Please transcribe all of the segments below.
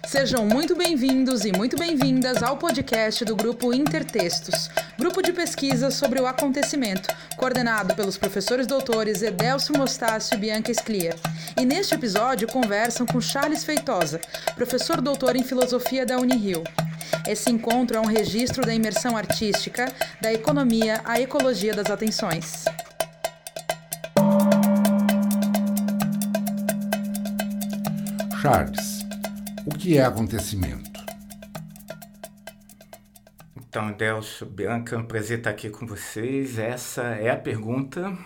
Sejam muito bem-vindos e muito bem-vindas ao podcast do Grupo Intertextos, grupo de pesquisa sobre o acontecimento, coordenado pelos professores doutores Edelcio Mostácio e Bianca Sclier. E neste episódio conversam com Charles Feitosa, professor doutor em filosofia da Unirio. Esse encontro é um registro da imersão artística, da economia à ecologia das atenções. Charles, o que é acontecimento? Então, Edelcio, Bianca, é um prazer estar aqui com vocês. Essa é a pergunta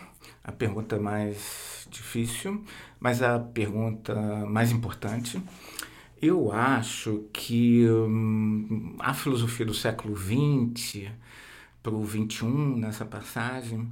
mais difícil, mas a pergunta mais importante. Eu acho que a filosofia do século XX para o XXI, nessa passagem,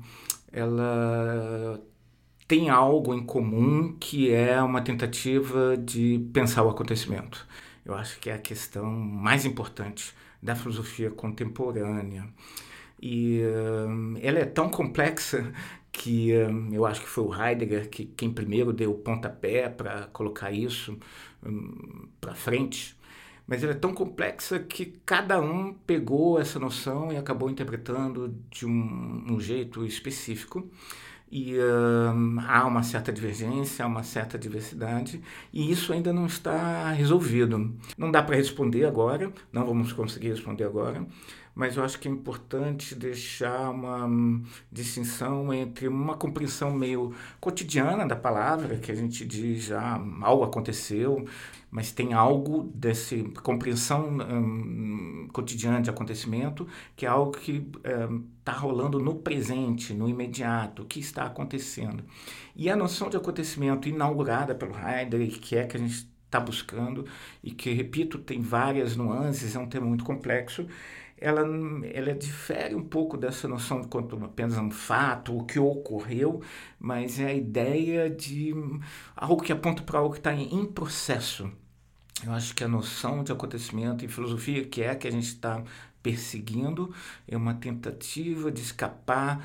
ela tem algo em comum que é uma tentativa de pensar o acontecimento. Eu acho que é a questão mais importante da filosofia contemporânea. E ela é tão complexa que eu acho que foi o Heidegger quem primeiro deu o pontapé para colocar isso para frente. Mas ela é tão complexa que cada um pegou essa noção e acabou interpretando de um jeito específico. E há uma certa divergência, há uma certa diversidade, e isso ainda não está resolvido. Não dá para responder agora, não vamos conseguir responder agora, mas eu acho que é importante deixar uma distinção entre uma compreensão meio cotidiana da palavra, que a gente diz, algo aconteceu, mas tem algo dessa compreensão cotidiana de acontecimento, que é algo que está rolando no presente, no imediato, o que está acontecendo. E a noção de acontecimento inaugurada pelo Heidegger, que é que a gente está buscando, e que, repito, tem várias nuances, é um tema muito complexo, ela difere um pouco dessa noção de quanto apenas um fato, o que ocorreu, mas é a ideia de algo que aponta para algo que está em processo. Eu acho que a noção de acontecimento em filosofia, que é a que a gente está perseguindo, é uma tentativa de escapar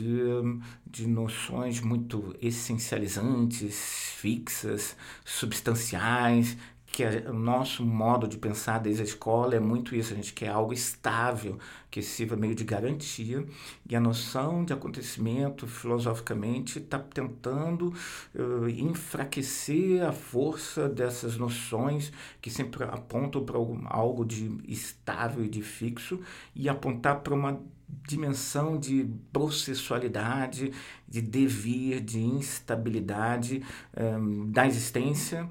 de noções muito essencializantes, fixas, substanciais, que o nosso modo de pensar desde a escola é muito isso, a gente quer algo estável, que sirva meio de garantia, e a noção de acontecimento, filosoficamente, está tentando enfraquecer a força dessas noções que sempre apontam para algo de estável e de fixo, e apontar para uma dimensão de processualidade, de devir, de instabilidade da existência,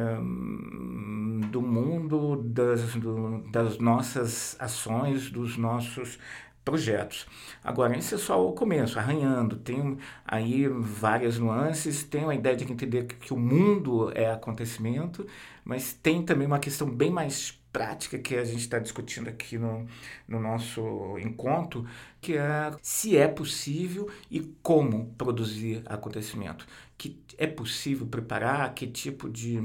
do mundo, das nossas ações, dos nossos projetos. Agora, esse é só o começo, arranhando. Tem aí várias nuances, tem a ideia de entender que o mundo é acontecimento, mas tem também uma questão bem mais prática que a gente está discutindo aqui no nosso encontro, que é se é possível e como produzir acontecimento. Que é possível preparar, que tipo de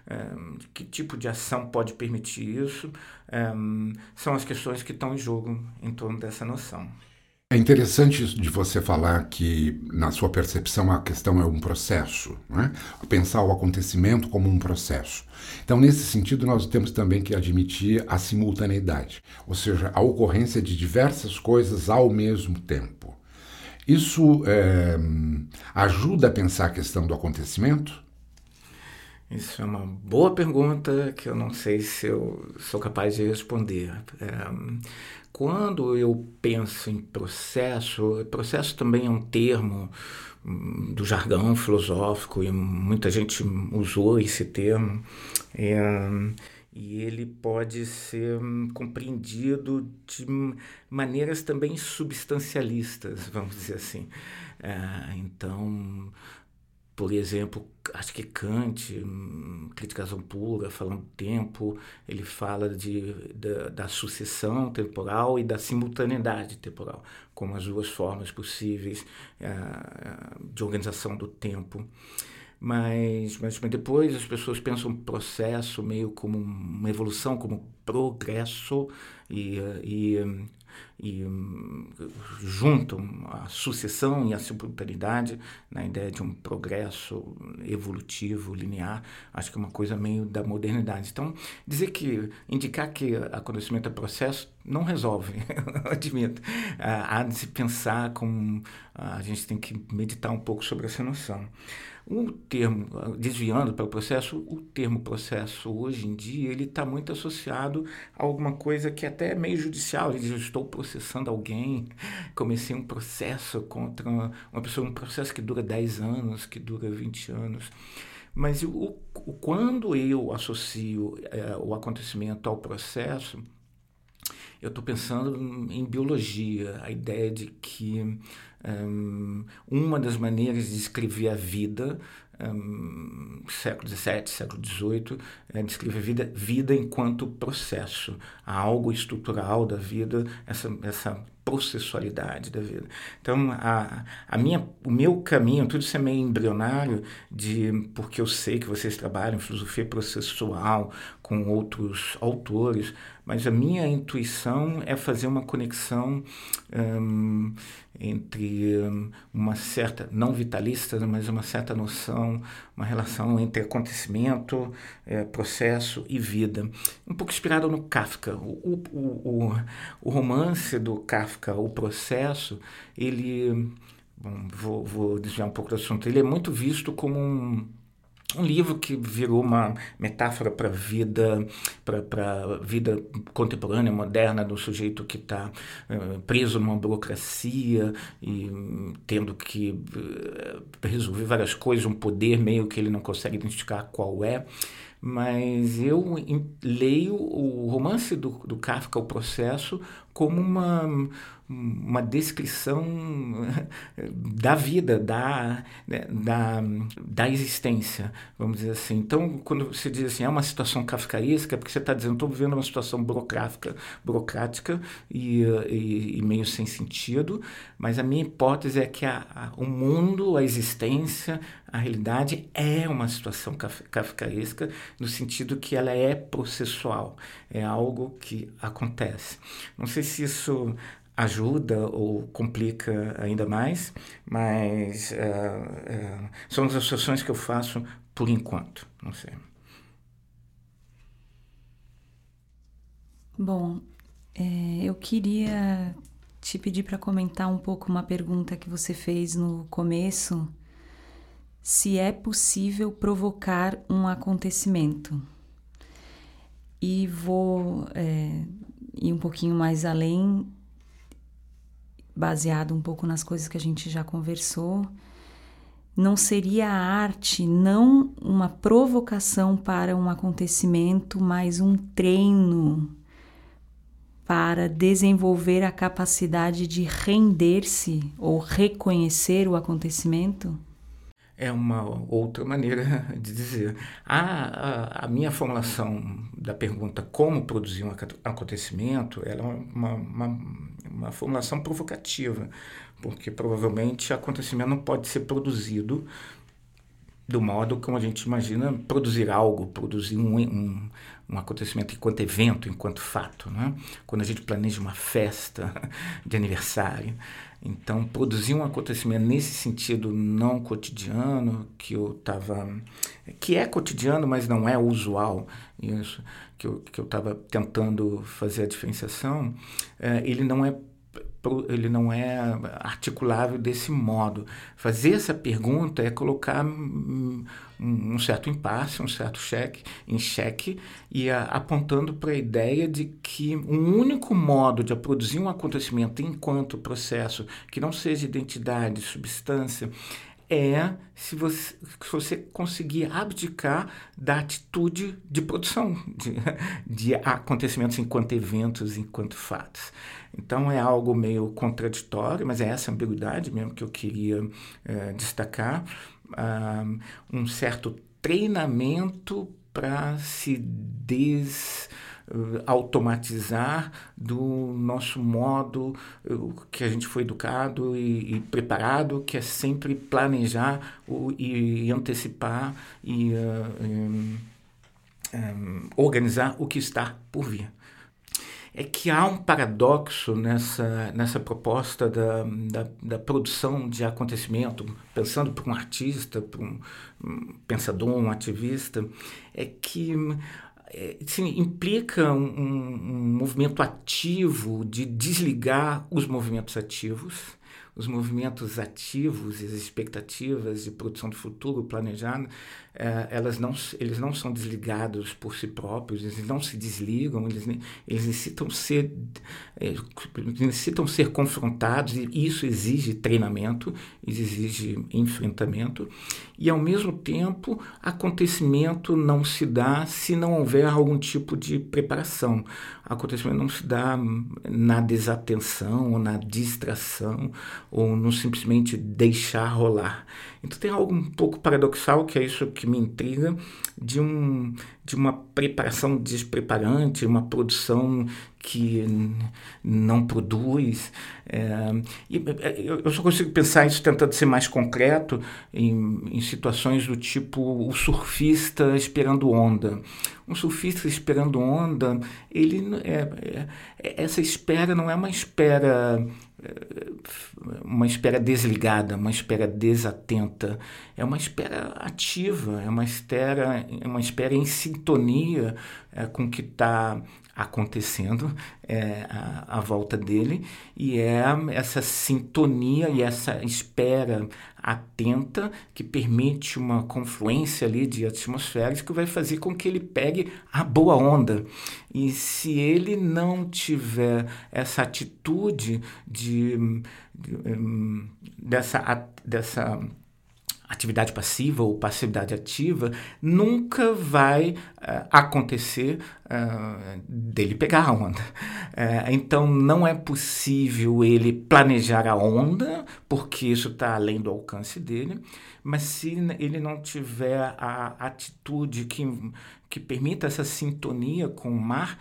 ação pode permitir isso, são as questões que estão em jogo em torno dessa noção. É interessante isso de você falar que, na sua percepção, a questão é um processo, né? Pensar o acontecimento como um processo. Então, nesse sentido, nós temos também que admitir a simultaneidade, ou seja, a ocorrência de diversas coisas ao mesmo tempo. Isso ajuda a pensar a questão do acontecimento? Isso é uma boa pergunta que eu não sei se eu sou capaz de responder. Quando eu penso em processo também é um termo do jargão filosófico e muita gente usou esse termo, e ele pode ser compreendido de maneiras também substancialistas, vamos dizer assim. Então, por exemplo, acho que Kant, Crítica à Razão Pura, falando do tempo, ele fala da sucessão temporal e da simultaneidade temporal, como as duas formas possíveis de organização do tempo. Mas depois as pessoas pensam um processo meio como uma evolução, como progresso, e juntam a sucessão e a simultaneidade na ideia de um progresso evolutivo, linear, acho que é uma coisa meio da modernidade. Então, indicar que acontecimento é processo não resolve, eu admito. Há de se pensar a gente tem que meditar um pouco sobre essa noção. O termo, desviando para o processo, o termo processo hoje em dia ele está muito associado a alguma coisa que até é meio judicial. Ele diz, eu estou processando alguém, comecei um processo contra uma pessoa, um processo que dura 10 anos, que dura 20 anos. Mas quando eu associo o acontecimento ao processo, eu estou pensando em biologia, a ideia de que uma das maneiras de descrever a vida, século XVII, século XVIII, descrever a vida enquanto processo, há algo estrutural da vida, essa processualidade da vida. Então, o meu caminho, tudo isso é meio embrionário, porque eu sei que vocês trabalham em filosofia processual com outros autores, mas a minha intuição é fazer uma conexão entre uma certa, não vitalista, mas uma certa noção, uma relação entre acontecimento, processo e vida. Um pouco inspirado no Kafka. O romance do Kafka, O Processo, ele, vou desviar um pouco do assunto, ele é muito visto como um livro que virou uma metáfora para a vida contemporânea, moderna, do sujeito que está preso numa burocracia e tendo que resolver várias coisas, um poder meio que ele não consegue identificar qual é. Mas eu leio o romance do Kafka, O Processo, como uma descrição da vida, da existência, vamos dizer assim. Então, quando você diz assim, é uma situação kafkaesca, é porque você está dizendo, estou vivendo uma situação burocrática e meio sem sentido, mas a minha hipótese é que o mundo, a existência, a realidade é uma situação kafkaesca, no sentido que ela é processual, é algo que acontece. Não sei se isso ajuda ou complica ainda mais, mas são as associações que eu faço por enquanto, não sei. Bom, eu queria te pedir para comentar um pouco uma pergunta que você fez no começo, se é possível provocar um acontecimento. E vou ir um pouquinho mais além, baseado um pouco nas coisas que a gente já conversou. Não seria a arte não uma provocação para um acontecimento, mas um treino para desenvolver a capacidade de render-se ou reconhecer o acontecimento? É uma outra maneira de dizer. A minha formulação da pergunta como produzir um acontecimento, ela é uma formulação provocativa, porque provavelmente o acontecimento não pode ser produzido do modo como a gente imagina produzir algo, produzir um acontecimento enquanto evento, enquanto fato, né? Quando a gente planeja uma festa de aniversário. Então, produzir um acontecimento nesse sentido não cotidiano, que é cotidiano, mas não é usual, isso que eu estava tentando fazer a diferenciação, ele não é articulável desse modo. Fazer essa pergunta é colocar um certo impasse, um certo em xeque, e apontando para a ideia de que um único modo de produzir um acontecimento enquanto processo que não seja identidade, substância, é se você conseguir abdicar da atitude de produção de acontecimentos enquanto eventos, enquanto fatos. Então é algo meio contraditório, mas é essa ambiguidade mesmo que eu queria destacar. Um certo treinamento para se automatizar do nosso modo que a gente foi educado e preparado, que é sempre planejar e antecipar e organizar o que está por vir. é que há um paradoxo nessa proposta da produção de acontecimento, pensando por um artista, por um pensador, um ativista, é que sim, implica um movimento ativo de desligar os movimentos ativos. Os movimentos ativos e as expectativas de produção do futuro planejado, eles não são desligados por si próprios, eles não se desligam, eles necessitam ser confrontados, e isso exige treinamento, exige enfrentamento, e ao mesmo tempo acontecimento não se dá se não houver algum tipo de preparação. Acontecimento não se dá na desatenção ou na distração, ou no simplesmente deixar rolar. Então tem algo um pouco paradoxal, que é isso que me intriga, de uma preparação despreparante, uma produção que não produz. Eu só consigo pensar isso tentando ser mais concreto em situações do tipo o surfista esperando onda. Um surfista esperando onda, essa espera não é uma espera desligada, uma espera desatenta, é uma espera ativa, é uma espera em sintonia com o que está acontecendo à volta dele, e é essa sintonia e essa espera atenta que permite uma confluência ali de atmosferas que vai fazer com que ele pegue a boa onda. E se ele não tiver essa atitude dessa atividade passiva ou passividade ativa, nunca vai acontecer dele pegar a onda. Então não é possível ele planejar a onda, porque isso está além do alcance dele, mas se ele não tiver a atitude que permita essa sintonia com o mar,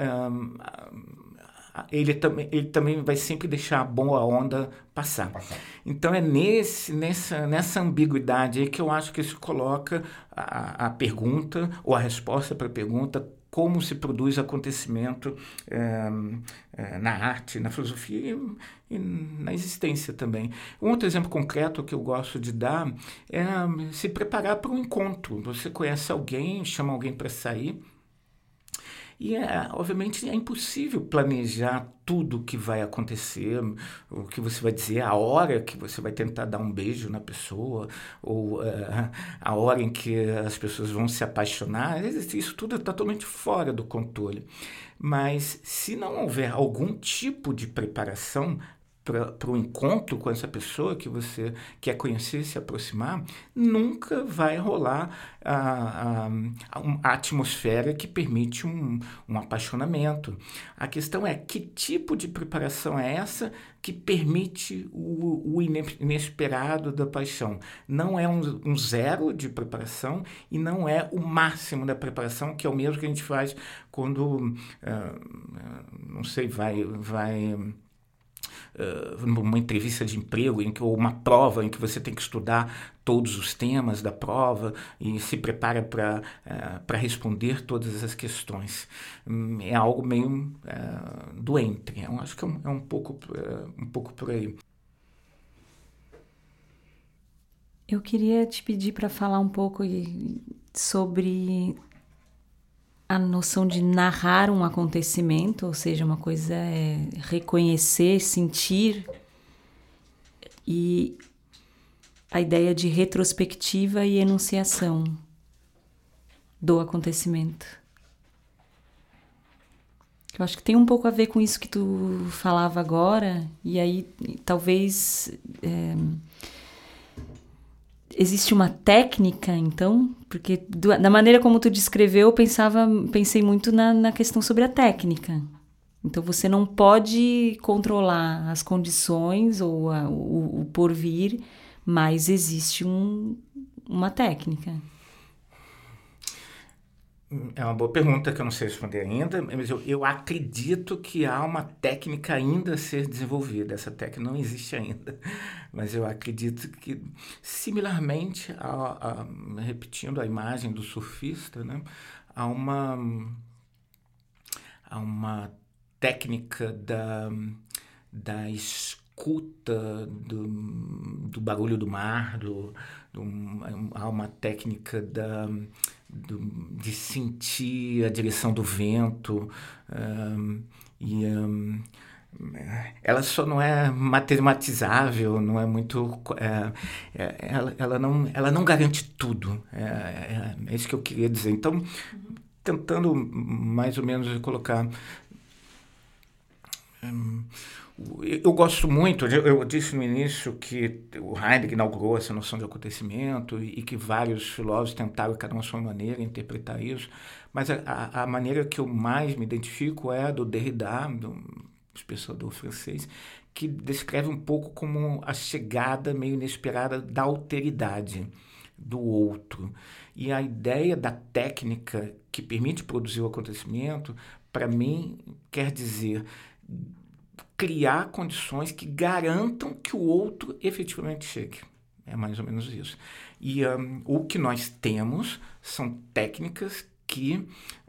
ele também vai sempre deixar a boa onda passar. Então é nessa ambiguidade aí que eu acho que se coloca a pergunta, ou a resposta para a pergunta: como se produz acontecimento na arte, na filosofia e na existência também. Um outro exemplo concreto que eu gosto de dar é se preparar para um encontro. Você conhece alguém, chama alguém para sair, e, obviamente, é impossível planejar tudo o que vai acontecer, o que você vai dizer, a hora que você vai tentar dar um beijo na pessoa, ou a hora em que as pessoas vão se apaixonar. Isso tudo é totalmente fora do controle. Mas, se não houver algum tipo de preparação para o encontro com essa pessoa que você quer conhecer, se aproximar, nunca vai rolar a atmosfera que permite um apaixonamento. A questão é que tipo de preparação é essa que permite o inesperado da paixão. Não é um zero de preparação e não é o máximo da preparação, que é o mesmo que a gente faz quando, não sei, vai numa entrevista de emprego ou uma prova em que você tem que estudar todos os temas da prova e se prepara para responder todas as questões. É algo meio doente. Eu acho que é um pouco por aí. Eu queria te pedir para falar um pouco sobre a noção de narrar um acontecimento, ou seja, uma coisa é reconhecer, sentir, e a ideia de retrospectiva e enunciação do acontecimento. Eu acho que tem um pouco a ver com isso que tu falava agora, e aí talvez existe uma técnica, então, porque da maneira como tu descreveu, pensei muito na questão sobre a técnica. Então você não pode controlar as condições ou o porvir, mas existe uma técnica. É uma boa pergunta que eu não sei responder ainda, mas eu acredito que há uma técnica ainda a ser desenvolvida. Essa técnica não existe ainda, mas eu acredito que, similarmente, repetindo a imagem do surfista, né, há uma técnica da escuta do barulho do mar, há uma técnica de sentir a direção do vento, ela só não é matematizável, não é muito... ela não garante tudo. É isso que eu queria dizer. Então, tentando mais ou menos colocar... Eu gosto muito, eu disse no início que o Heidegger inaugurou essa noção de acontecimento e que vários filósofos tentaram, cada uma à sua maneira, interpretar isso, mas a maneira que eu mais me identifico é a do Derrida, do pensador francês, que descreve um pouco como a chegada meio inesperada da alteridade do outro. E a ideia da técnica que permite produzir o acontecimento, para mim, quer dizer criar condições que garantam que o outro efetivamente chegue. É mais ou menos isso. E o que nós temos são técnicas que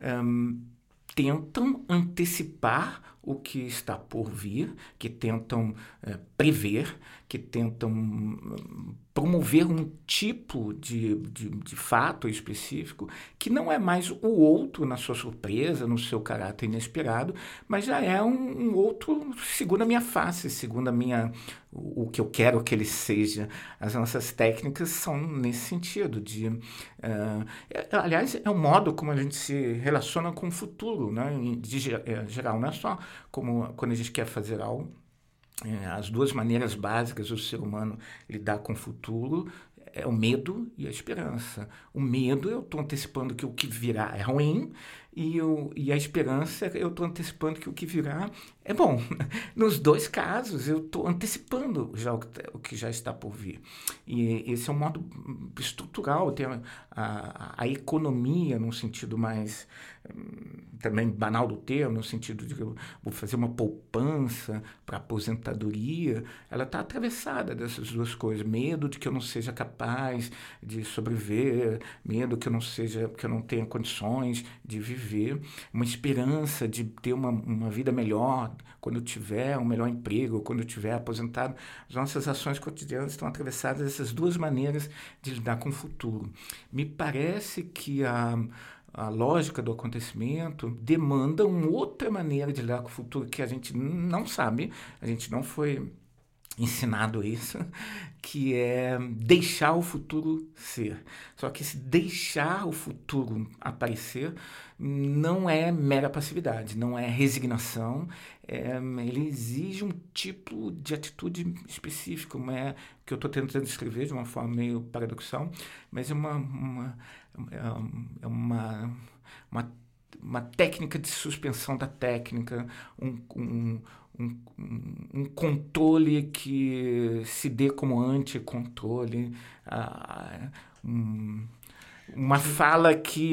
tentam antecipar o que está por vir, que tentam prever, que tentam promover um tipo de fato específico que não é mais o outro na sua surpresa, no seu caráter inesperado, mas já é um outro segundo a minha face, segundo o que eu quero que ele seja. As nossas técnicas são nesse sentido aliás, é o modo como a gente se relaciona com o futuro, né? De geral, não é só como quando a gente quer fazer algo. As duas maneiras básicas do ser humano lidar com o futuro é o medo e a esperança. O medo, eu estou antecipando que o que virá é ruim, e a esperança, eu estou antecipando que o que virá é bom. Nos dois casos, eu estou antecipando já o que já está por vir. E esse é um modo estrutural, tem a economia, num sentido mais também banal do termo, no sentido de que eu vou fazer uma poupança para aposentadoria, ela está atravessada dessas duas coisas. Medo de que eu não seja capaz de sobreviver, medo que eu não tenha condições de viver, uma esperança de ter uma vida melhor quando eu tiver um melhor emprego, quando eu tiver aposentado. As nossas ações cotidianas estão atravessadas dessas duas maneiras de lidar com o futuro. Me parece que a lógica do acontecimento demanda uma outra maneira de lidar com o futuro que a gente não sabe, a gente não foi ensinado isso, que é deixar o futuro ser. Só que esse deixar o futuro aparecer não é mera passividade, não é resignação, ele exige um tipo de atitude específica, que eu estou tentando descrever de uma forma meio paradoxal, mas é uma técnica de suspensão da técnica, um controle que se dê como anticontrole, uma fala que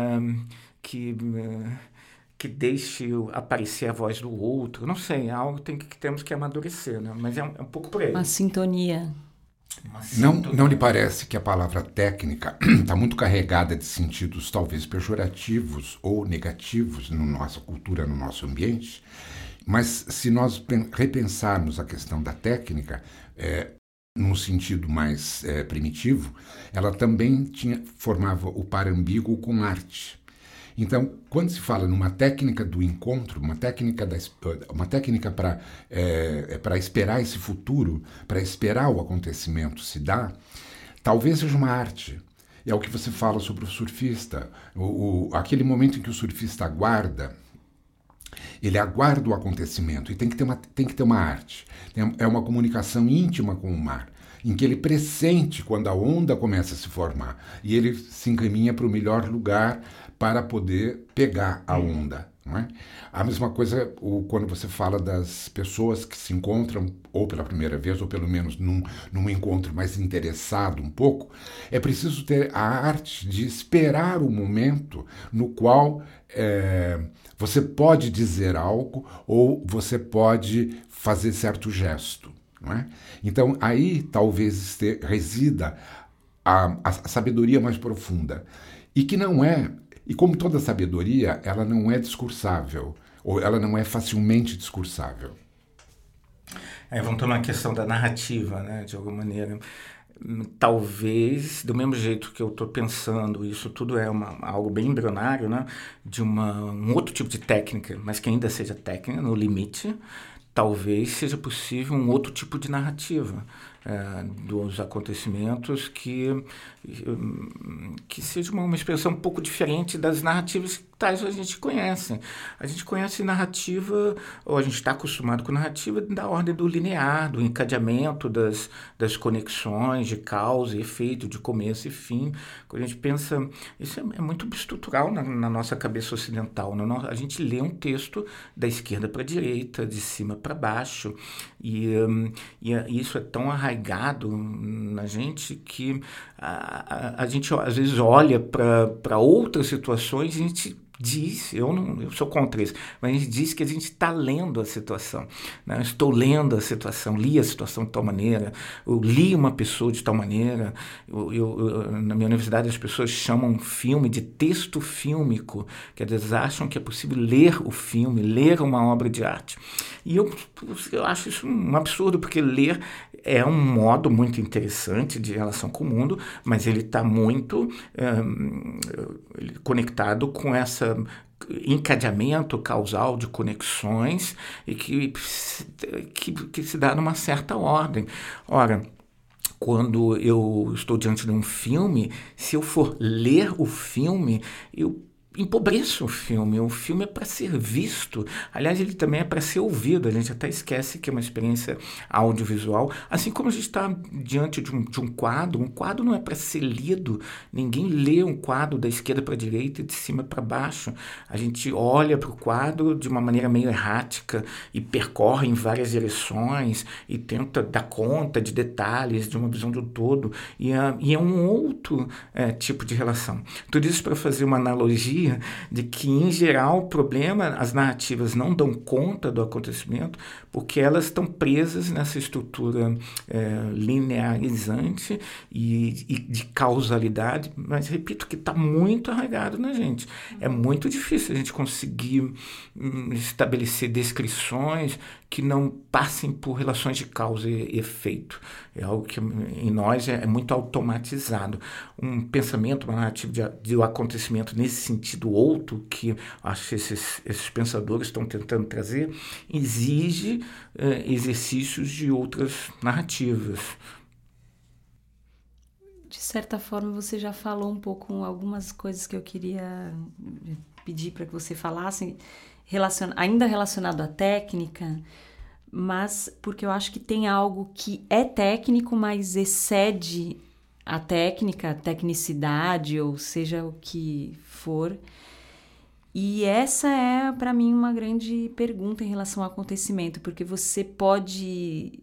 deixe aparecer a voz do outro. Não sei, é algo que temos que amadurecer, né? Mas é um pouco por aí. Uma sintonia. Não lhe parece que a palavra técnica está muito carregada de sentidos talvez pejorativos ou negativos na nossa cultura, no nosso ambiente? Mas se nós repensarmos a questão da técnica, num sentido mais primitivo, ela também formava o par ambíguo com arte. Então, quando se fala numa técnica do encontro, uma técnica para esperar esse futuro, para esperar o acontecimento se dar, talvez seja uma arte. É o que você fala sobre o surfista, aquele momento em que o surfista aguarda. Ele aguarda o acontecimento e tem que ter uma arte. É uma comunicação íntima com o mar, em que ele pressente quando a onda começa a se formar e ele se encaminha para o melhor lugar para poder pegar a onda. Não é? A mesma coisa quando você fala das pessoas que se encontram ou pela primeira vez ou pelo menos num encontro mais interessado um pouco, é preciso ter a arte de esperar o momento no qual você pode dizer algo ou você pode fazer certo gesto. Não é? Então aí talvez resida a sabedoria mais profunda e que não é. E como toda sabedoria, ela não é discursável. ou ela não é facilmente discursável. Vamos tomar a questão da narrativa, né, de alguma maneira. Talvez, do mesmo jeito que eu estou pensando, isso tudo é algo bem embrionário, né, de um outro tipo de técnica, mas que ainda seja técnica, no limite, talvez seja possível um outro tipo de narrativa dos acontecimentos que seja uma expressão um pouco diferente das narrativas que tais a gente conhece. A gente conhece narrativa, ou a gente está acostumado com narrativa da ordem do linear, do encadeamento das conexões de causa e efeito, de começo e fim. Quando a gente pensa, isso é muito estrutural na nossa cabeça ocidental. A gente lê um texto da esquerda para a direita, de cima para baixo, e isso é tão arraigado na gente que a gente às vezes olha para outras situações e a gente diz, eu sou contra isso, mas a gente diz que a gente está lendo a situação, né? Eu estou lendo a situação, li a situação de tal maneira, eu li uma pessoa de tal maneira, na minha universidade as pessoas chamam filme de texto fílmico, que eles acham que é possível ler o filme, ler uma obra de arte. E eu acho isso um absurdo, porque ler é um modo muito interessante de relação com o mundo, mas ele está muito conectado com essa encadeamento causal de conexões e que se dá numa certa ordem. Ora, quando eu estou diante de um filme, se eu for ler o filme, eu empobreço o filme é para ser visto, aliás ele também é para ser ouvido, a gente até esquece que é uma experiência audiovisual, assim como a gente está diante de um quadro não é para ser lido, ninguém lê um quadro da esquerda para a direita e de cima para baixo, a gente olha para o quadro de uma maneira meio errática e percorre em várias direções e tenta dar conta de detalhes, de uma visão do todo, e é um outro tipo de relação. Tudo isso para fazer uma analogia de que, em geral, o problema, as narrativas não dão conta do acontecimento porque elas estão presas nessa estrutura linearizante e de causalidade, mas repito que está muito arraigado na gente. É muito difícil a gente conseguir estabelecer descrições que não passem por relações de causa e efeito. É algo que em nós é muito automatizado. Um pensamento, uma narrativa de um acontecimento nesse sentido outro, que acho que esses pensadores estão tentando trazer, exige exercícios de outras narrativas. De certa forma, você já falou um pouco algumas coisas que eu queria pedir para que você falasse, ainda relacionado à técnica, mas porque eu acho que tem algo que é técnico, mas excede a técnica, a tecnicidade, ou seja o que for. E essa é, para mim, uma grande pergunta em relação ao acontecimento, porque você pode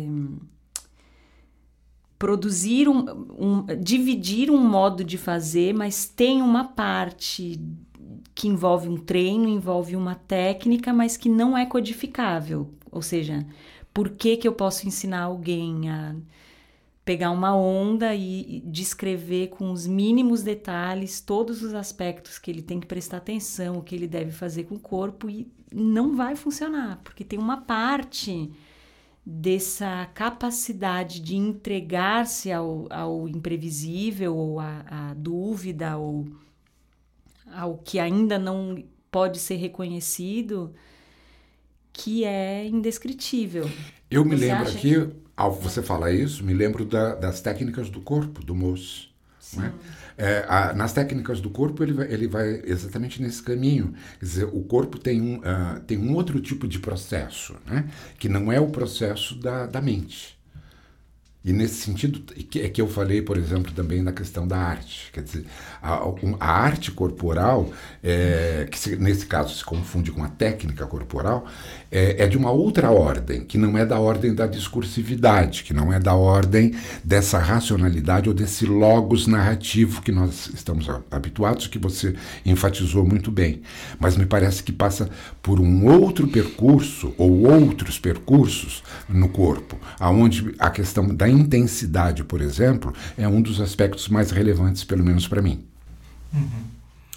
produzir dividir um modo de fazer, mas tem uma parte que envolve um treino, envolve uma técnica, mas que não é codificável. Ou seja, por que eu posso ensinar alguém a pegar uma onda e descrever com os mínimos detalhes todos os aspectos que ele tem que prestar atenção, o que ele deve fazer com o corpo, e não vai funcionar, porque tem uma parte dessa capacidade de entregar-se ao imprevisível, ou à dúvida, ou ao que ainda não pode ser reconhecido, que é indescritível. Eu me lembro aqui, ao você falar isso, me lembro das técnicas do corpo, do Moos. Né? Nas técnicas do corpo, ele vai exatamente nesse caminho. Quer dizer, o corpo tem um outro tipo de processo, né? Que não é o processo da mente. E nesse sentido é que eu falei, por exemplo, também na questão da arte. Quer dizer, a arte corporal, que nesse caso se confunde com a técnica corporal, é de uma outra ordem, que não é da ordem da discursividade, que não é da ordem dessa racionalidade ou desse logos narrativo que nós estamos habituados, que você enfatizou muito bem. Mas me parece que passa por um outro percurso, ou outros percursos no corpo, onde a questão da intensidade, por exemplo, é um dos aspectos mais relevantes, pelo menos para mim. Uhum.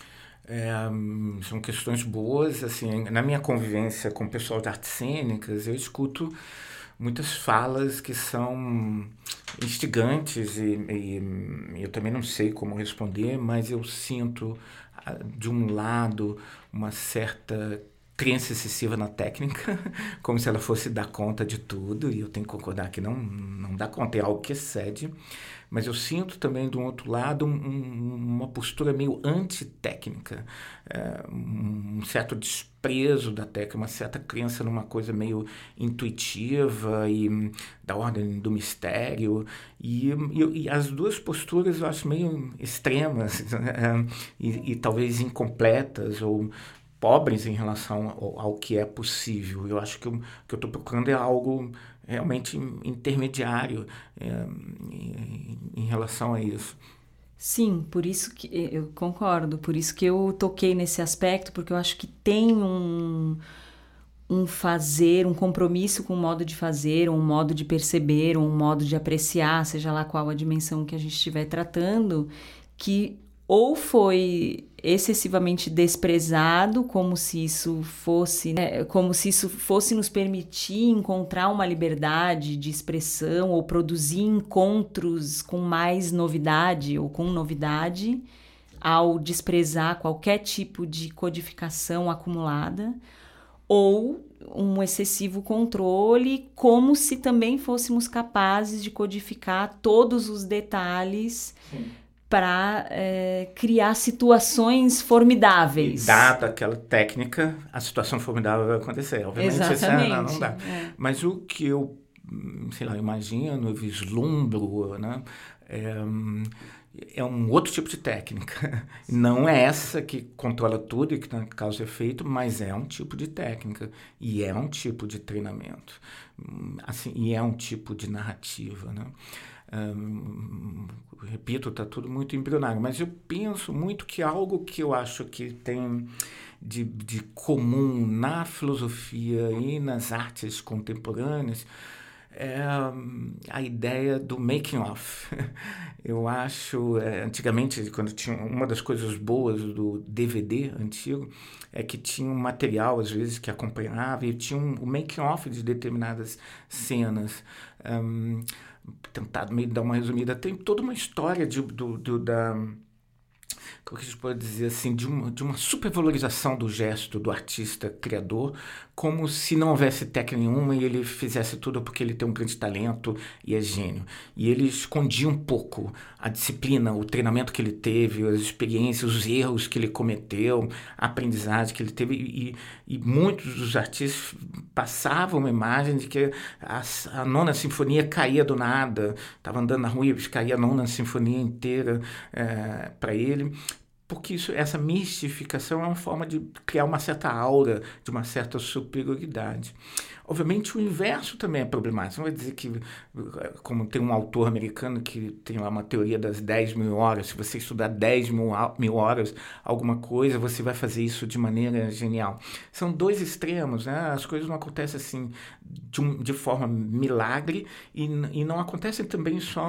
São questões boas. Assim, na minha convivência com o pessoal de artes cênicas, eu escuto muitas falas que são instigantes e eu também não sei como responder, mas eu sinto, de um lado, uma certa crença excessiva na técnica, como se ela fosse dar conta de tudo, e eu tenho que concordar que não dá conta, é algo que excede. Mas eu sinto também, do outro lado, uma postura meio antitécnica, um certo desprezo da técnica, uma certa crença numa coisa meio intuitiva e da ordem do mistério. E as duas posturas eu acho meio extremas e talvez incompletas ou pobres em relação ao que é possível. Eu acho que o que eu estou procurando é algo realmente intermediário em relação a isso. Sim, por isso que eu concordo, por isso que eu toquei nesse aspecto, porque eu acho que tem um fazer, um compromisso com o modo de fazer, um modo de perceber, um modo de apreciar, seja lá qual a dimensão que a gente estiver tratando, que ou foi excessivamente desprezado, como se isso fosse, né, como se isso fosse nos permitir encontrar uma liberdade de expressão ou produzir encontros com mais novidade ou com novidade, ao desprezar qualquer tipo de codificação acumulada, ou um excessivo controle, como se também fôssemos capazes de codificar todos os detalhes para criar situações formidáveis. E dada aquela técnica, a situação formidável vai acontecer. Obviamente, isso não dá. Mas o que eu, sei lá, imagino, eu vislumbro, né, é um outro tipo de técnica. Não é essa que controla tudo e que causa efeito, mas é um tipo de técnica e é um tipo de treinamento. Assim, e é um tipo de narrativa, né? Repito, está tudo muito embrionário, mas eu penso muito que algo que eu acho que tem de comum na filosofia e nas artes contemporâneas é a ideia do making of. Eu acho, antigamente, quando tinha uma das coisas boas do DVD antigo, é que tinha um material, às vezes, que acompanhava e tinha o making of de determinadas cenas. Tentado meio dar uma resumida, tem toda uma história como que a gente pode dizer assim, de uma supervalorização do gesto do artista criador, como se não houvesse técnica nenhuma e ele fizesse tudo porque ele tem um grande talento e é gênio. E ele escondia um pouco a disciplina, o treinamento que ele teve, as experiências, os erros que ele cometeu, a aprendizagem que ele teve. E muitos dos artistas passavam uma imagem de que a nona sinfonia caía do nada, estava andando na rua e caía a nona sinfonia inteira para ele. Porque essa mistificação é uma forma de criar uma certa aura, de uma certa superioridade. Obviamente, o inverso também é problemático. Não vai dizer que, como tem um autor americano que tem lá uma teoria das 10 mil horas, se você estudar 10 mil horas alguma coisa, você vai fazer isso de maneira genial. São dois extremos, né? As coisas não acontecem assim de forma milagre e não acontecem também só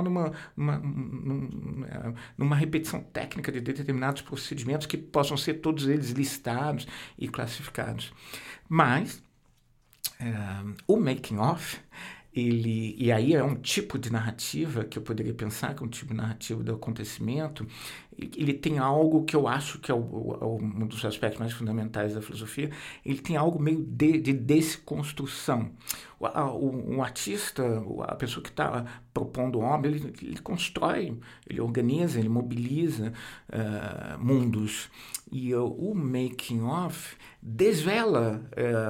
numa repetição técnica de determinados procedimentos que possam ser todos eles listados e classificados. Mas o making of, e aí é um tipo de narrativa que eu poderia pensar que é um tipo de narrativa do acontecimento. Ele tem algo que eu acho que é um dos aspectos mais fundamentais da filosofia. Ele tem algo meio de desconstrução. O artista, a pessoa que está propondo obra, ele constrói, ele organiza, ele mobiliza mundos. E o making of desvela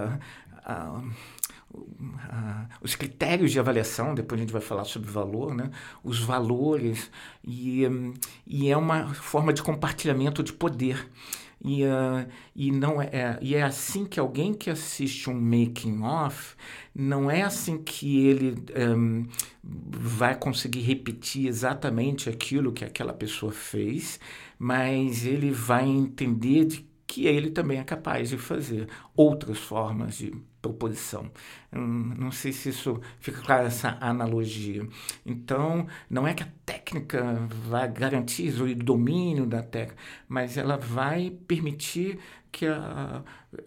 os critérios de avaliação, depois a gente vai falar sobre valor, né? Os valores, e é uma forma de compartilhamento de poder. E é assim que alguém que assiste um making of, não é assim que ele vai conseguir repetir exatamente aquilo que aquela pessoa fez, mas ele vai entender de que ele também é capaz de fazer outras formas de proposição. Não sei se isso fica claro, essa analogia. Então, não é que a técnica vai garantir o domínio da técnica, mas ela vai permitir que a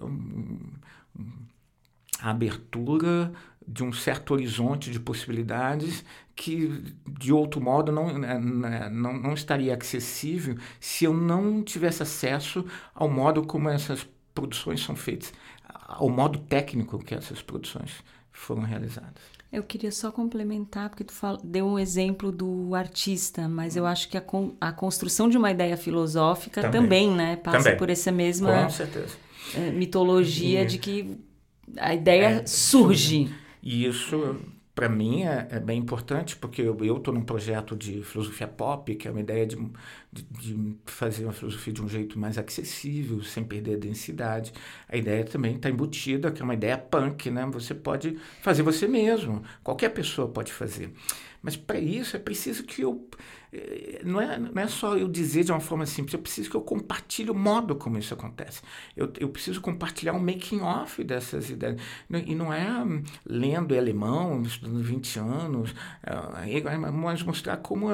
abertura de um certo horizonte de possibilidades que, de outro modo, não estaria acessível se eu não tivesse acesso ao modo como essas produções são feitas, ao modo técnico que essas produções foram realizadas. Eu queria só complementar, porque tu deu um exemplo do artista, mas eu acho que a construção de uma ideia filosófica também, né, passa por essa mesma mitologia de que a ideia surge. E isso, para mim, é bem importante, porque eu estou num projeto de filosofia pop, que é uma ideia de fazer uma filosofia de um jeito mais acessível, sem perder a densidade. A ideia também está embutida, que é uma ideia punk, né? Você pode fazer você mesmo, qualquer pessoa pode fazer. Mas para isso é preciso que eu... Não é só eu dizer de uma forma simples, eu preciso que eu compartilhe o modo como isso acontece. Eu preciso compartilhar um making-off dessas ideias. E não é lendo alemão, estudando 20 anos, mas mostrar como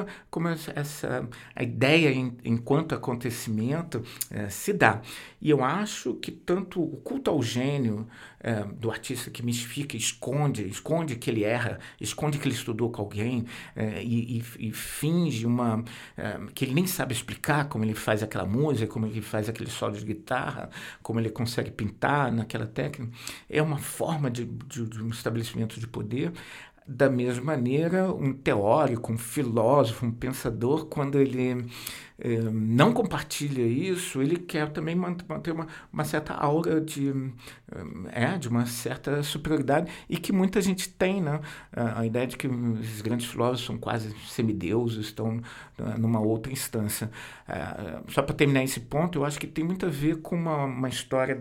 a ideia enquanto acontecimento se dá. E eu acho que tanto o culto ao gênio do artista que mistifica, esconde que ele erra, esconde que ele estudou com alguém e finge que ele nem sabe explicar como ele faz aquela música, como ele faz aquele solo de guitarra, como ele consegue pintar naquela técnica, é uma forma de um estabelecimento de poder. Da mesma maneira, um teórico, um filósofo, um pensador, quando ele não compartilha isso, ele quer também manter uma certa aura de uma certa superioridade, e que muita gente tem, né? A ideia de que os grandes filósofos são quase semideuses, estão numa outra instância. Só para terminar esse ponto, eu acho que tem muito a ver com uma história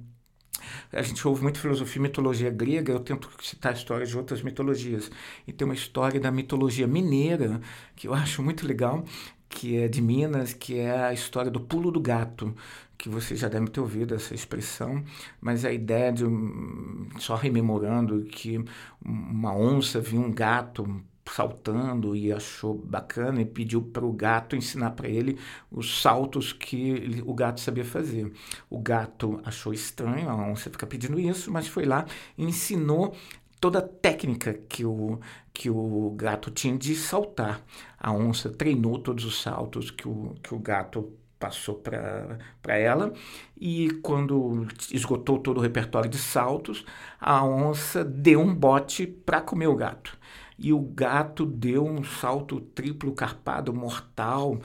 a gente ouve muito filosofia e mitologia grega, eu tento citar histórias de outras mitologias. E tem uma história da mitologia mineira, que eu acho muito legal, que é de Minas, que é a história do pulo do gato, que você já deve ter ouvido essa expressão, mas a ideia só rememorando, que uma onça viu um gato saltando e achou bacana e pediu para o gato ensinar para ele os saltos que o gato sabia fazer. O gato achou estranho, a onça fica pedindo isso, mas foi lá e ensinou toda a técnica que o gato tinha de saltar. A onça treinou todos os saltos que o gato passou para ela, e quando esgotou todo o repertório de saltos, a onça deu um bote para comer o gato. E o gato deu um salto triplo carpado, mortal,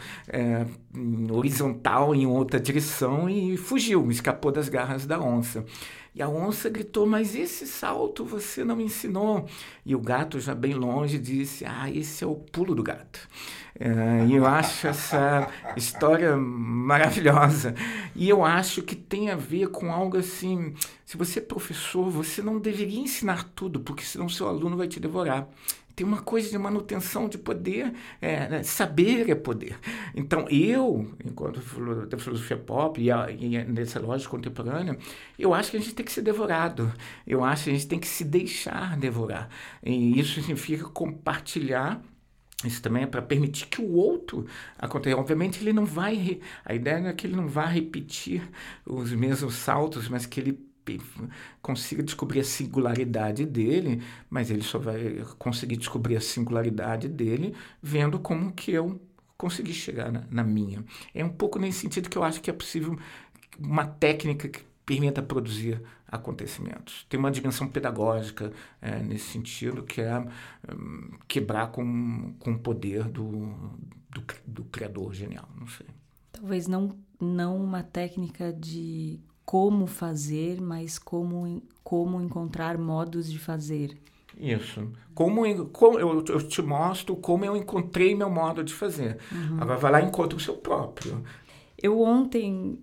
horizontal em outra direção e fugiu, escapou das garras da onça. E a onça gritou: mas esse salto você não me ensinou. E o gato, já bem longe, disse: esse é o pulo do gato. E eu acho essa história maravilhosa. E eu acho que tem a ver com algo assim: se você é professor, você não deveria ensinar tudo, porque senão seu aluno vai te devorar. Tem uma coisa de manutenção de poder, saber é poder. Então, enquanto da filosofia pop e nessa lógica contemporânea, eu acho que a gente tem que ser devorado. Eu acho que a gente tem que se deixar devorar. E isso significa compartilhar. Isso também é para permitir que o outro aconteça. Obviamente, ele não vai... A ideia é que ele não vai repetir os mesmos saltos, mas que ele consiga descobrir a singularidade dele, mas ele só vai conseguir descobrir a singularidade dele vendo como que eu consegui chegar na minha. É um pouco nesse sentido que eu acho que é possível uma técnica que permita produzir acontecimentos. Tem uma dimensão pedagógica nesse sentido, que é quebrar com o poder do criador genial, não sei. Talvez não uma técnica de como fazer, mas como encontrar modos de fazer. Isso. Como eu te mostro como eu encontrei meu modo de fazer. Uhum. Agora vai lá e encontra o seu próprio. Eu ontem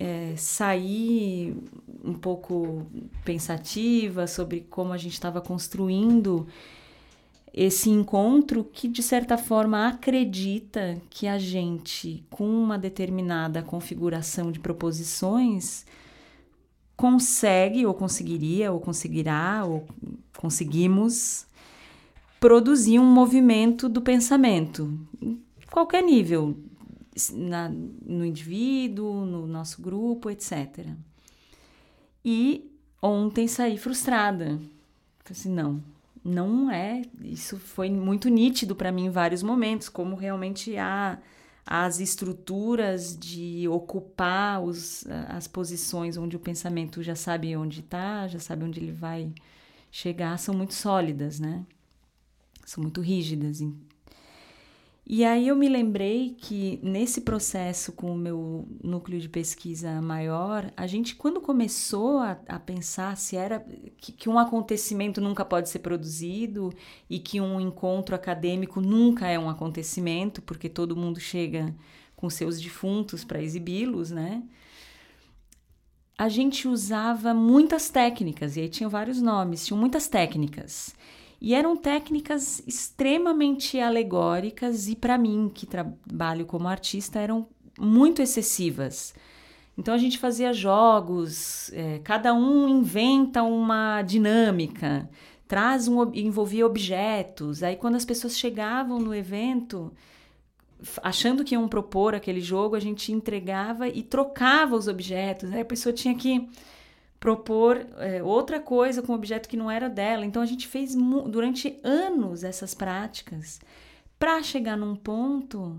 saí um pouco pensativa sobre como a gente estava construindo esse encontro que, de certa forma, acredita que a gente, com uma determinada configuração de proposições, consegue, ou conseguiria, ou conseguirá, ou conseguimos produzir um movimento do pensamento, em qualquer nível, no indivíduo, no nosso grupo, etc. E ontem saí frustrada. Falei assim, não é. Isso foi muito nítido para mim em vários momentos, como realmente há as estruturas de ocupar as posições onde o pensamento já sabe onde está, já sabe onde ele vai chegar, são muito sólidas, né? São muito rígidas. E aí eu me lembrei que nesse processo com o meu núcleo de pesquisa maior, a gente, quando começou a pensar se era que um acontecimento nunca pode ser produzido e que um encontro acadêmico nunca é um acontecimento, porque todo mundo chega com seus defuntos para exibi-los, né? A gente usava muitas técnicas, e aí tinham vários nomes, tinham muitas técnicas. E eram técnicas extremamente alegóricas e, para mim, que trabalho como artista, eram muito excessivas. Então, a gente fazia jogos, cada um inventa uma dinâmica, envolvia objetos. Aí, quando as pessoas chegavam no evento, achando que iam propor aquele jogo, a gente entregava e trocava os objetos. Aí a pessoa tinha que propor outra coisa com um objeto que não era dela. Então, a gente fez durante anos essas práticas para chegar num ponto,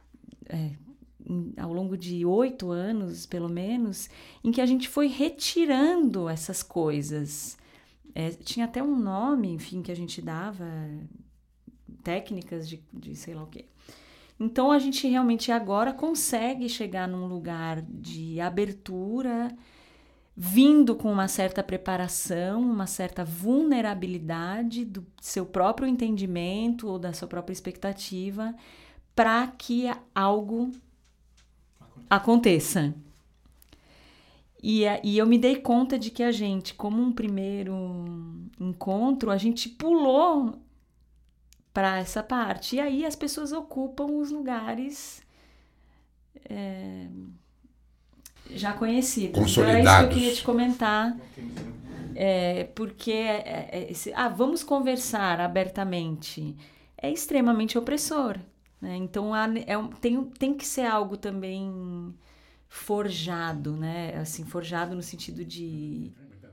ao longo de 8 anos, pelo menos, em que a gente foi retirando essas coisas. Tinha até um nome, enfim, que a gente dava, técnicas de sei lá o quê. Então, a gente realmente agora consegue chegar num lugar de abertura, vindo com uma certa preparação, uma certa vulnerabilidade do seu próprio entendimento ou da sua própria expectativa para que algo aconteça. E eu me dei conta de que a gente, como um primeiro encontro, a gente pulou para essa parte. E aí as pessoas ocupam os lugares já conhecidos. Consolidados. Então, era isso que eu queria te comentar. Porque vamos conversar abertamente. É extremamente opressor, né? Então, tem que ser algo também forjado, né? Assim, forjado no sentido de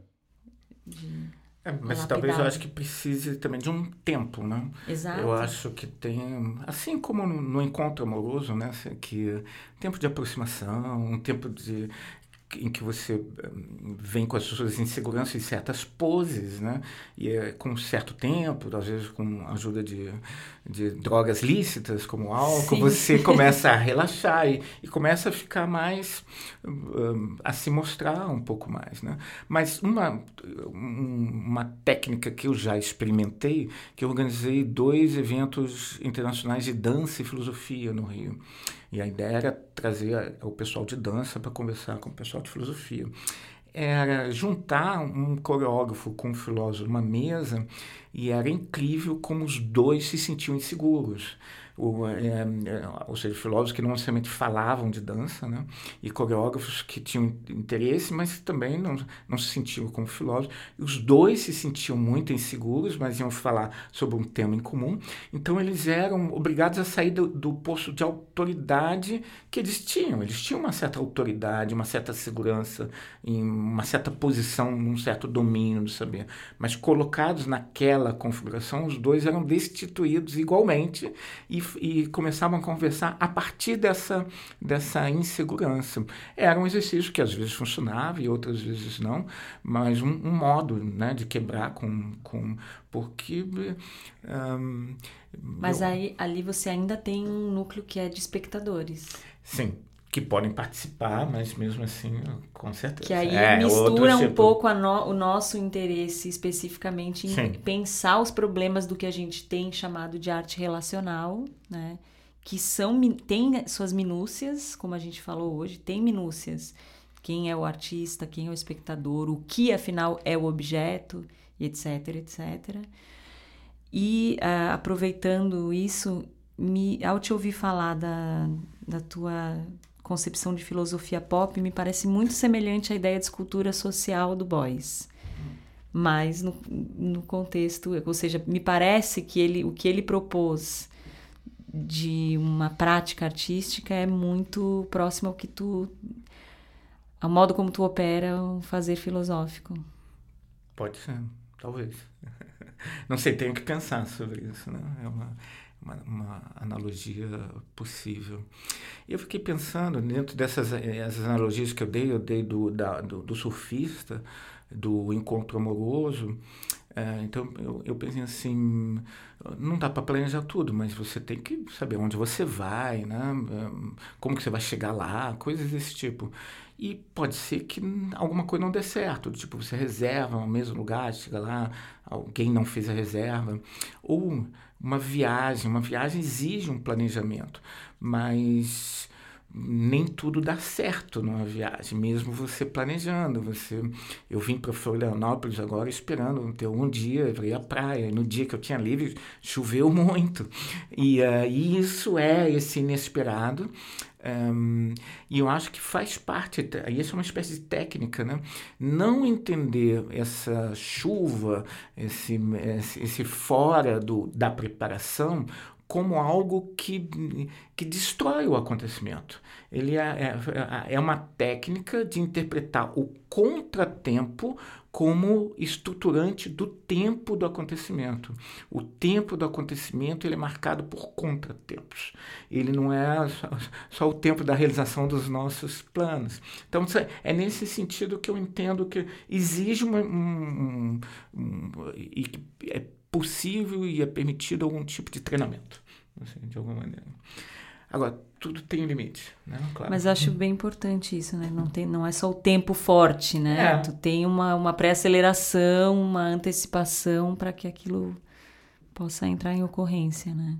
mas talvez eu acho que precise também de um tempo, né? Exato. Eu acho que tem, assim como no encontro amoroso, né? Que tempo de aproximação, um tempo em que você vem com as suas inseguranças em certas poses, né? E com um certo tempo, às vezes com a ajuda de drogas lícitas, como álcool, sim, você começa a relaxar e começa a ficar mais, a se mostrar um pouco mais, né? Mas uma técnica que eu já experimentei, que eu organizei 2 eventos internacionais de dança e filosofia no Rio. E a ideia era trazer o pessoal de dança para conversar com o pessoal de filosofia. Era juntar um coreógrafo com um filósofo numa mesa, e era incrível como os dois se sentiam inseguros. Ou seja, filósofos que não necessariamente falavam de dança, né? E coreógrafos que tinham interesse, mas também não se sentiam como filósofos. E os dois se sentiam muito inseguros, mas iam falar sobre um tema em comum. Então, eles eram obrigados a sair do posto de autoridade que eles tinham. Eles tinham uma certa autoridade, uma certa segurança, em uma certa posição, num certo domínio do saber. Mas colocados naquela configuração, os dois eram destituídos igualmente e começavam a conversar a partir dessa insegurança. Era um exercício que às vezes funcionava e outras vezes não, mas um modo, né, de quebrar porque... Mas ali você ainda tem um núcleo que é de espectadores. Sim, que podem participar, mas mesmo assim, com certeza. Que aí mistura um pouco o nosso interesse especificamente em Sim. pensar os problemas do que a gente tem chamado de arte relacional, né? Que tem suas minúcias, como a gente falou hoje, tem minúcias. Quem é o artista, quem é o espectador, o que afinal é o objeto, etc, etc. E aproveitando isso, ao te ouvir falar da tua concepção de filosofia pop me parece muito semelhante à ideia de escultura social do Beuys. Mas no contexto, ou seja, me parece que o que ele propôs de uma prática artística é muito próximo ao modo como tu opera o fazer filosófico. Pode ser, talvez. Não sei, tenho que pensar sobre isso, né? É uma analogia possível. E eu fiquei pensando, dentro dessas as analogias que eu dei do surfista, do encontro amoroso. Então eu pensei assim, não dá para planejar tudo, mas você tem que saber onde você vai, né? Como que você vai chegar lá, coisas desse tipo. E pode ser que alguma coisa não dê certo, tipo, você reserva no mesmo lugar, chega lá, alguém não fez a reserva. Ou uma viagem exige um planejamento, mas nem tudo dá certo numa viagem, mesmo você planejando. Eu vim para Florianópolis agora esperando ter um dia para ir à praia, e no dia que eu tinha livre choveu muito, e isso é esse inesperado. E eu acho que faz parte, isso é uma espécie de técnica, né? Não entender essa chuva, esse fora da preparação, como algo que destrói o acontecimento. Ele é uma técnica de interpretar o contratempo como estruturante do tempo do acontecimento. O tempo do acontecimento ele é marcado por contratempos. Ele não é só o tempo da realização dos nossos planos. Então, é nesse sentido que eu entendo que exige e que é possível e é permitido algum tipo de treinamento, assim, de alguma maneira. Agora, tudo tem um limite, né? Claro. Mas acho bem importante isso, né? Não é só o tempo forte, né? Tu tem uma pré-aceleração, uma antecipação para que aquilo possa entrar em ocorrência, né?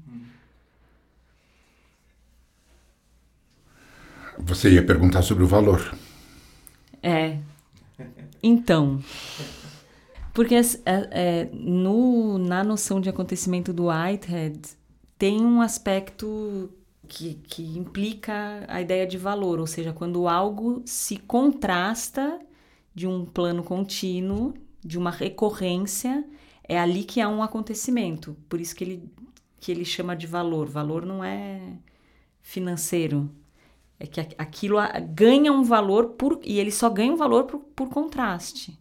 Você ia perguntar sobre o valor. Então... Porque na noção de acontecimento do Whitehead tem um aspecto que implica a ideia de valor, ou seja, quando algo se contrasta de um plano contínuo, de uma recorrência, é ali que há um acontecimento. Por isso que ele chama de valor. Valor não é financeiro. É que aquilo ganha um valor e ele só ganha um valor por contraste.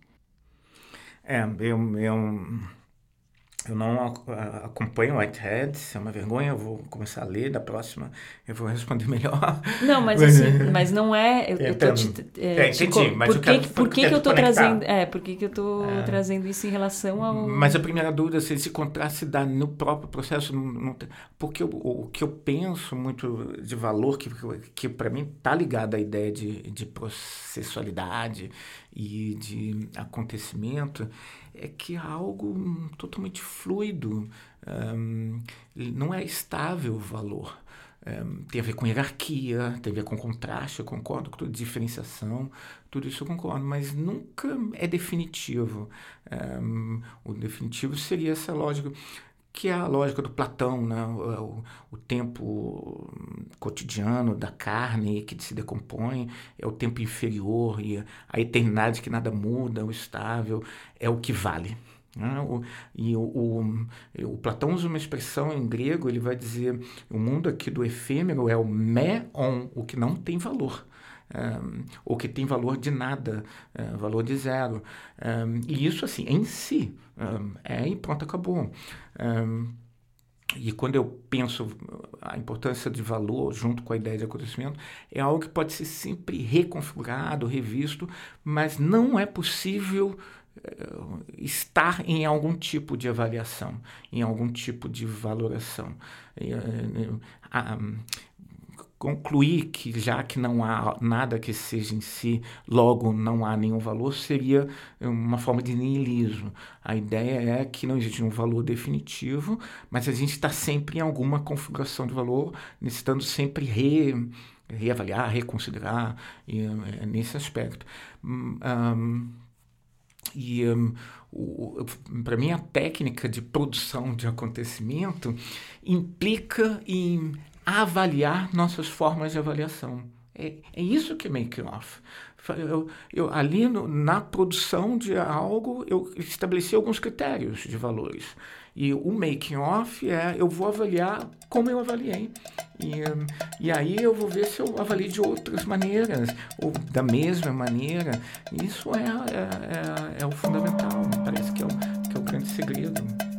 Eu não acompanho Whitehead, é uma vergonha, eu vou começar a ler, da próxima eu vou responder melhor. Não, mas assim, mas não é... Eu tô entendi, mas por que eu tô trazendo... por que eu tô trazendo isso em relação ao... Mas a primeira dúvida, se esse contraste se dá no próprio processo, porque o que eu penso muito de valor, que para mim está ligado à ideia de processualidade e de acontecimento, é que é algo totalmente fluido, não é estável o valor. Tem a ver com hierarquia, tem a ver com contraste, eu concordo com tudo, diferenciação, tudo isso eu concordo, mas nunca é definitivo. O definitivo seria essa lógica, que é a lógica do Platão, né? O tempo cotidiano da carne que se decompõe é o tempo inferior, e a eternidade que nada muda, o estável, é o que vale. O Platão usa uma expressão em grego, ele vai dizer, o mundo aqui do efêmero é o meon, o que não tem valor. Ou que tem valor de nada, valor de zero. E isso, assim, em si, e pronto, acabou. E quando eu penso a importância de valor junto com a ideia de acontecimento, é algo que pode ser sempre reconfigurado, revisto, mas não é possível estar em algum tipo de avaliação, em algum tipo de valoração. Concluir que já que não há nada que seja em si, logo não há nenhum valor, seria uma forma de niilismo. A ideia é que não existe um valor definitivo, mas a gente está sempre em alguma configuração de valor, necessitando sempre reavaliar, reconsiderar, nesse aspecto. Para mim, a técnica de produção de acontecimento implica em avaliar nossas formas de avaliação. É isso que é make-off. Ali na produção de algo, eu estabeleci alguns critérios de valores. E o making-off eu vou avaliar como eu avaliei. E aí eu vou ver se eu avalio de outras maneiras, ou da mesma maneira. Isso é o fundamental, parece que é o grande segredo.